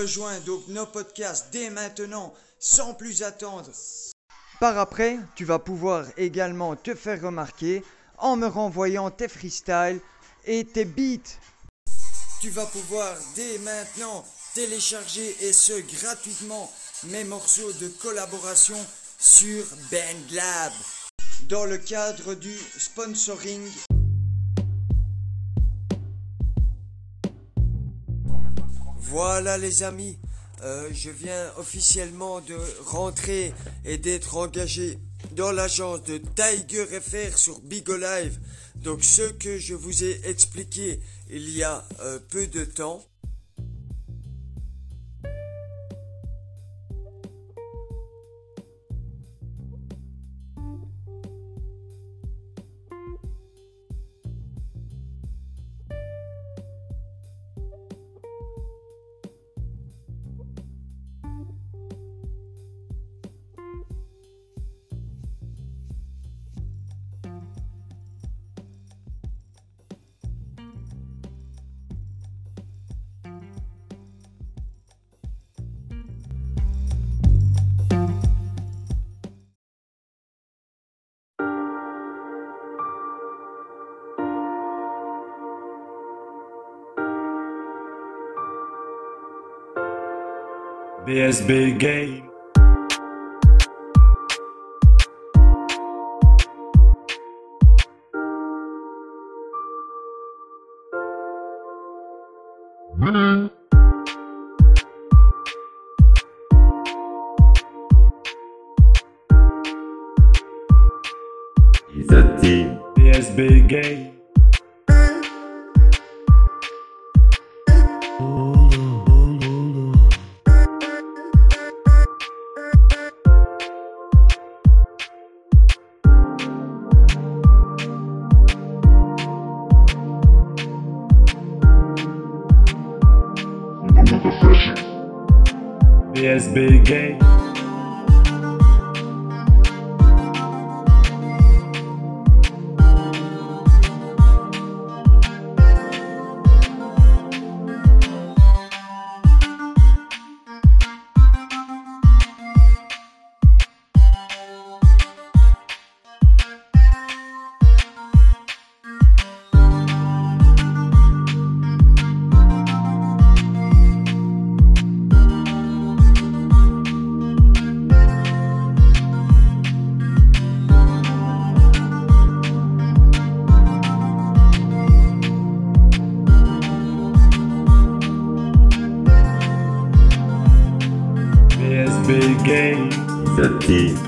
rejoins donc nos podcasts dès maintenant, sans plus attendre. Par après, tu vas pouvoir également te faire remarquer en me renvoyant tes freestyles et tes beats. Tu vas pouvoir dès maintenant télécharger et ce gratuitement mes morceaux de collaboration sur BandLab dans le cadre du sponsoring. Voilà les amis, je viens officiellement de rentrer et d'être engagé dans l'agence de Tiger FR sur Bigo Live. Donc ce que je vous ai expliqué il y a peu de temps. BSB Game. It's a team. BSB Game. BSB Game. BSB Game. It's a team.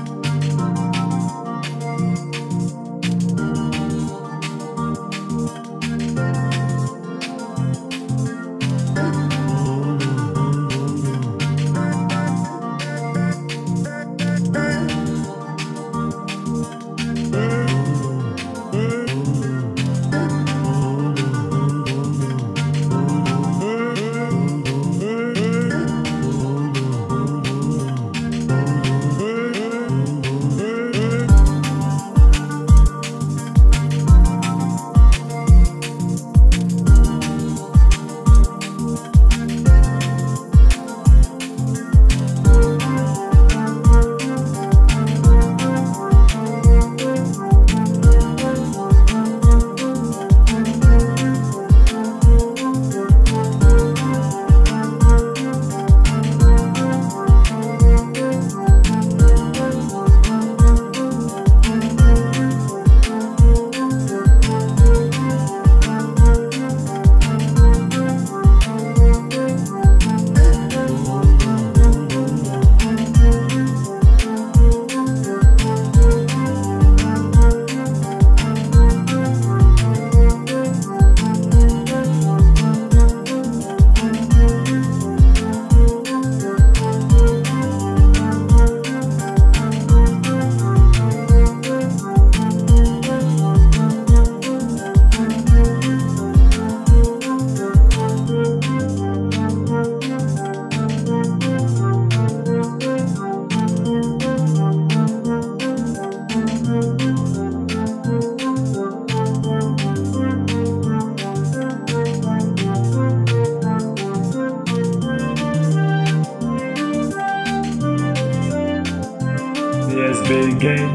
big game.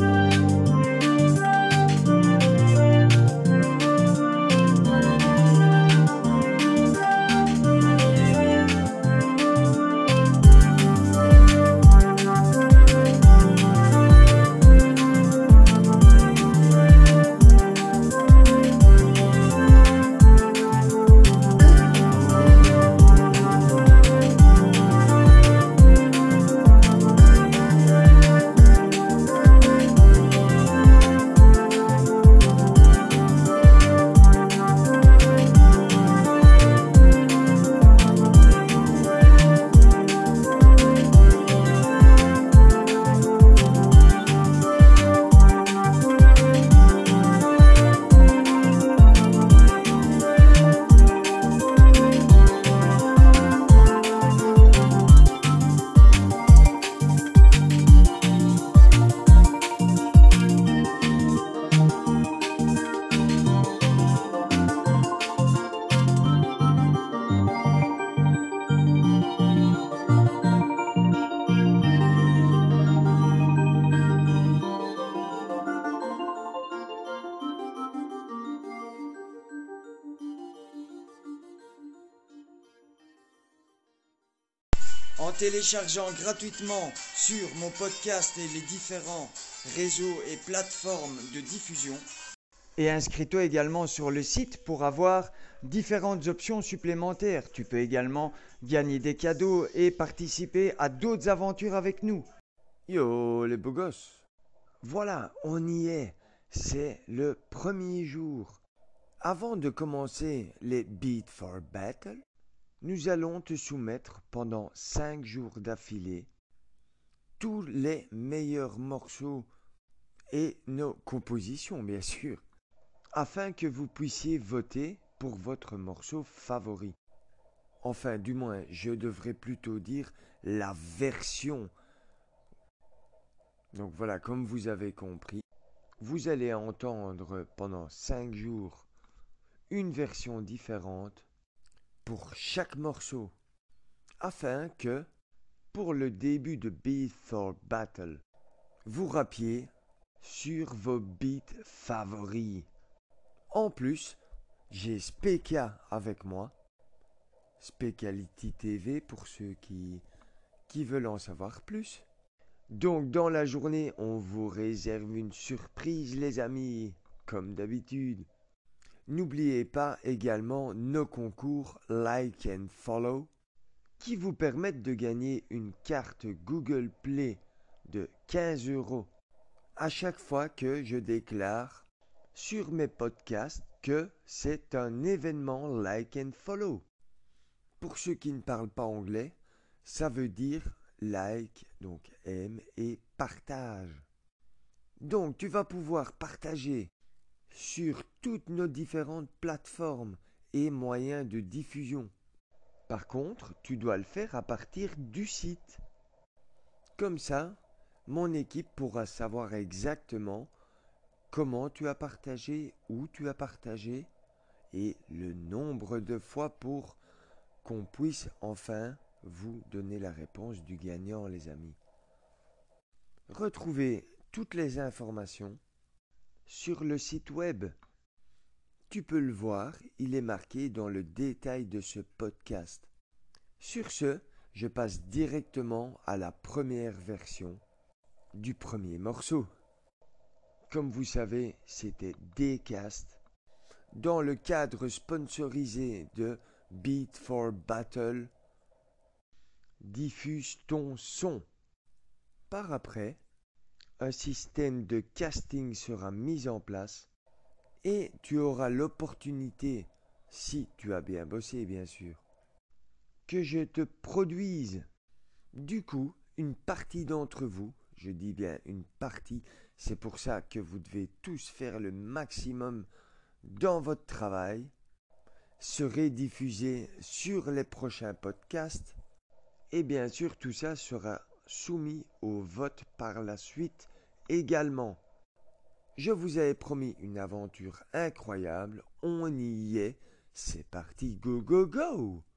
En téléchargeant gratuitement sur mon podcast et les différents réseaux et plateformes de diffusion. Et inscris-toi également sur le site pour avoir différentes options supplémentaires. Tu peux également gagner des cadeaux et participer à d'autres aventures avec nous. Yo les beaux gosses. Voilà, on y est. C'est le premier jour. Avant de commencer les Beat for Battle, nous allons te soumettre pendant 5 jours d'affilée tous les meilleurs morceaux et nos compositions, bien sûr, afin que vous puissiez voter pour votre morceau favori. Enfin, du moins, je devrais plutôt dire la version. Donc voilà, comme vous avez compris, vous allez entendre pendant 5 jours une version différente pour chaque morceau, afin que, pour le début de Beat for Battle, vous rappiez sur vos beats favoris. En plus, j'ai Speka avec moi, Spekality TV pour ceux qui veulent en savoir plus. Donc dans la journée, on vous réserve une surprise les amis, comme d'habitude. N'oubliez pas également nos concours Like and Follow qui vous permettent de gagner une carte Google Play de 15 € à chaque fois que je déclare sur mes podcasts que c'est un événement Like and Follow. Pour ceux qui ne parlent pas anglais, ça veut dire like, donc aime et partage. Donc tu vas pouvoir partager sur toutes nos différentes plateformes et moyens de diffusion. Par contre, tu dois le faire à partir du site. Comme ça, mon équipe pourra savoir exactement comment tu as partagé, où tu as partagé et le nombre de fois pour qu'on puisse enfin vous donner la réponse du gagnant, les amis. Retrouvez toutes les informations sur le site web. Tu peux le voir, il est marqué dans le détail de ce podcast. Sur ce, je passe directement à la première version du premier morceau. Comme vous savez, c'était Dcast dans le cadre sponsorisé de Beat for Battle. Diffuse ton son. Par après, un système de casting sera mis en place et tu auras l'opportunité, si tu as bien bossé bien sûr, que je te produise. Du coup, une partie d'entre vous, je dis bien une partie, c'est pour ça que vous devez tous faire le maximum dans votre travail, serait diffusé sur les prochains podcasts et bien sûr tout ça sera soumis au vote par la suite également. Je vous avais promis une aventure incroyable, on y est, c'est parti, go go go!